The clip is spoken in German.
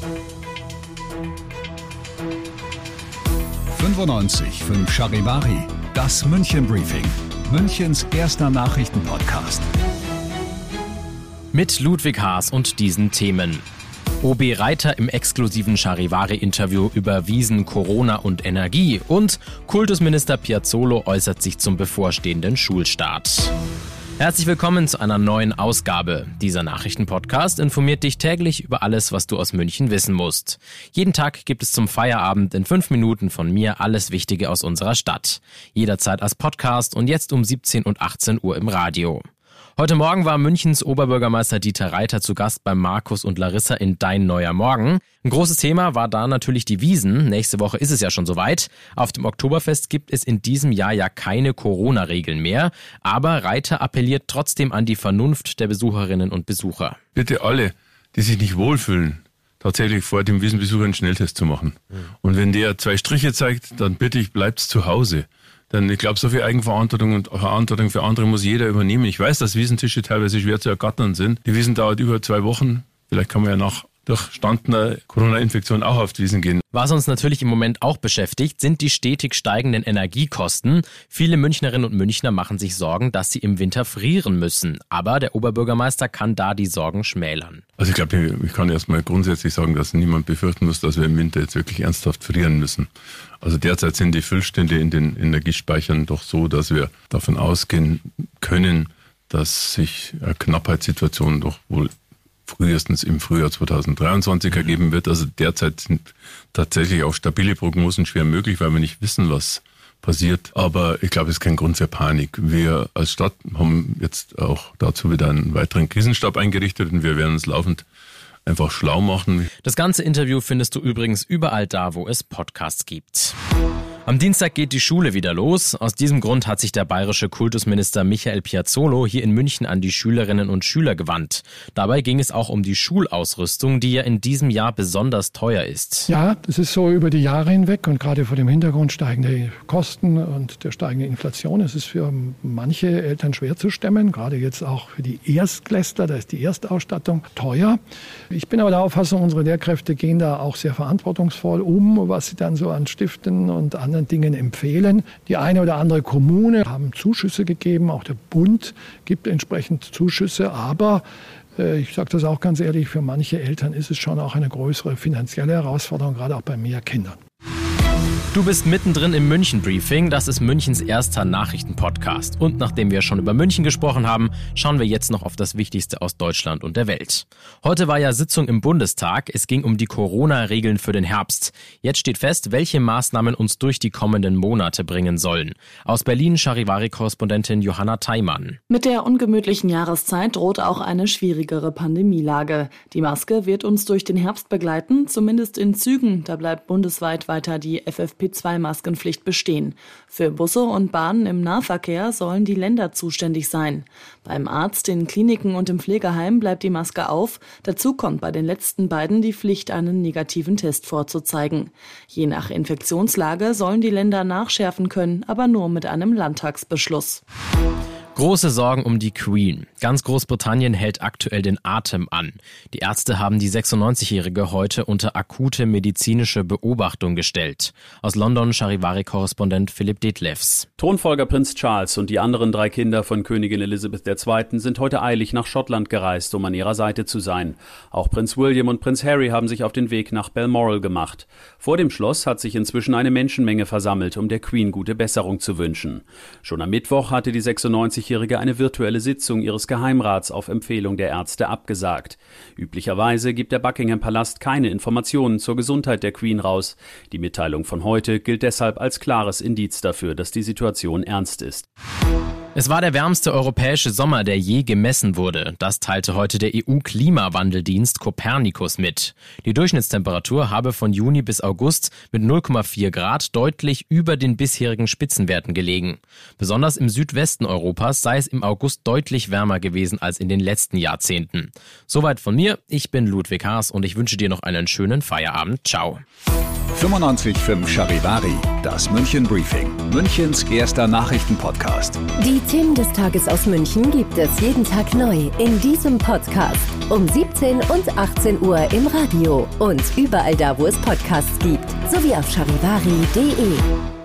95.5 Charivari, das München Briefing, Münchens erster Nachrichtenpodcast. Mit Ludwig Haas und diesen Themen. OB Reiter im exklusiven Charivari-Interview über Wiesen, Corona und Energie und Kultusminister Piazzolo äußert sich zum bevorstehenden Schulstart. Herzlich willkommen zu einer neuen Ausgabe. Dieser Nachrichtenpodcast informiert dich täglich über alles, was du aus München wissen musst. Jeden Tag gibt es zum Feierabend in 5 Minuten von mir alles Wichtige aus unserer Stadt. Jederzeit als Podcast und jetzt um 17 und 18 Uhr im Radio. Heute Morgen war Münchens Oberbürgermeister Dieter Reiter zu Gast bei Markus und Larissa in Dein neuer Morgen. Ein großes Thema war da natürlich die Wiesn. Nächste Woche ist es ja schon soweit. Auf dem Oktoberfest gibt es in diesem Jahr ja keine Corona-Regeln mehr. Aber Reiter appelliert trotzdem an die Vernunft der Besucherinnen und Besucher. Bitte alle, die sich nicht wohlfühlen, tatsächlich vor dem Wiesenbesuch einen Schnelltest zu machen. Und wenn der 2 Striche zeigt, dann bitte ich, bleibt zu Hause. Denn ich glaube, so viel Eigenverantwortung und Verantwortung für andere muss jeder übernehmen. Ich weiß, dass Wiesentische teilweise schwer zu ergattern sind. Die Wiesn dauert über 2 Wochen. Vielleicht kann man ja nach durchstandener Corona-Infektion auch auf die Wiesn gehen. Was uns natürlich im Moment auch beschäftigt, sind die stetig steigenden Energiekosten. Viele Münchnerinnen und Münchner machen sich Sorgen, dass sie im Winter frieren müssen. Aber der Oberbürgermeister kann da die Sorgen schmälern. Also ich glaube, ich kann erstmal grundsätzlich sagen, dass niemand befürchten muss, dass wir im Winter jetzt wirklich ernsthaft frieren müssen. Also derzeit sind die Füllstände in den Energiespeichern doch so, dass wir davon ausgehen können, dass sich eine Knappheitssituation doch wohl frühestens im Frühjahr 2023 ergeben wird. Also derzeit sind tatsächlich auch stabile Prognosen schwer möglich, weil wir nicht wissen, was passiert. Aber ich glaube, es ist kein Grund für Panik. Wir als Stadt haben jetzt auch dazu wieder einen weiteren Krisenstab eingerichtet und wir werden uns laufend einfach schlau machen. Das ganze Interview findest du übrigens überall da, wo es Podcasts gibt. Am Dienstag geht die Schule wieder los. Aus diesem Grund hat sich der bayerische Kultusminister Michael Piazzolo hier in München an die Schülerinnen und Schüler gewandt. Dabei ging es auch um die Schulausrüstung, die ja in diesem Jahr besonders teuer ist. Ja, das ist so über die Jahre hinweg und gerade vor dem Hintergrund steigender Kosten und der steigenden Inflation. Es ist für manche Eltern schwer zu stemmen, gerade jetzt auch für die Erstklässler, da ist die Erstausstattung teuer. Ich bin aber der Auffassung, unsere Lehrkräfte gehen da auch sehr verantwortungsvoll um, was sie dann so an Stiften und anderen Dingen empfehlen. Die eine oder andere Kommune haben Zuschüsse gegeben, auch der Bund gibt entsprechend Zuschüsse, aber ich sage das auch ganz ehrlich, für manche Eltern ist es schon auch eine größere finanzielle Herausforderung, gerade auch bei mehr Kindern. Du bist mittendrin im München-Briefing, das ist Münchens erster Nachrichtenpodcast. Und nachdem wir schon über München gesprochen haben, schauen wir jetzt noch auf das Wichtigste aus Deutschland und der Welt. Heute war ja Sitzung im Bundestag, es ging um die Corona-Regeln für den Herbst. Jetzt steht fest, welche Maßnahmen uns durch die kommenden Monate bringen sollen. Aus Berlin Charivari-Korrespondentin Johanna Theimann. Mit der ungemütlichen Jahreszeit droht auch eine schwierigere Pandemielage. Die Maske wird uns durch den Herbst begleiten, zumindest in Zügen. Da bleibt bundesweit weiter die FFP2-Maskenpflicht bestehen. Für Busse und Bahnen im Nahverkehr sollen die Länder zuständig sein. Beim Arzt, in Kliniken und im Pflegeheim bleibt die Maske auf. Dazu kommt bei den letzten beiden die Pflicht, einen negativen Test vorzuzeigen. Je nach Infektionslage sollen die Länder nachschärfen können, aber nur mit einem Landtagsbeschluss. Große Sorgen um die Queen. Ganz Großbritannien hält aktuell den Atem an. Die Ärzte haben die 96-Jährige heute unter akute medizinische Beobachtung gestellt. Aus London Charivari-Korrespondent Philipp Detlefs. Thronfolger Prinz Charles und die anderen 3 Kinder von Königin Elizabeth II. Sind heute eilig nach Schottland gereist, um an ihrer Seite zu sein. Auch Prinz William und Prinz Harry haben sich auf den Weg nach Balmoral gemacht. Vor dem Schloss hat sich inzwischen eine Menschenmenge versammelt, um der Queen gute Besserung zu wünschen. Schon am Mittwoch hatte die 96-Jährige eine virtuelle Sitzung ihres Geheimrats auf Empfehlung der Ärzte abgesagt. Üblicherweise gibt der Buckingham-Palast keine Informationen zur Gesundheit der Queen raus. Die Mitteilung von heute gilt deshalb als klares Indiz dafür, dass die Situation ernst ist. Es war der wärmste europäische Sommer, der je gemessen wurde. Das teilte heute der EU-Klimawandeldienst Copernicus mit. Die Durchschnittstemperatur habe von Juni bis August mit 0,4 Grad deutlich über den bisherigen Spitzenwerten gelegen. Besonders im Südwesten Europas sei es im August deutlich wärmer gewesen als in den letzten Jahrzehnten. Soweit von mir. Ich bin Ludwig Haas und ich wünsche dir noch einen schönen Feierabend. Ciao. 95.5 Charivari, das München Briefing, Münchens erster Nachrichtenpodcast. Die Themen des Tages aus München gibt es jeden Tag neu in diesem Podcast. Um 17 und 18 Uhr im Radio und überall da, wo es Podcasts gibt. Sowie auf charivari.de.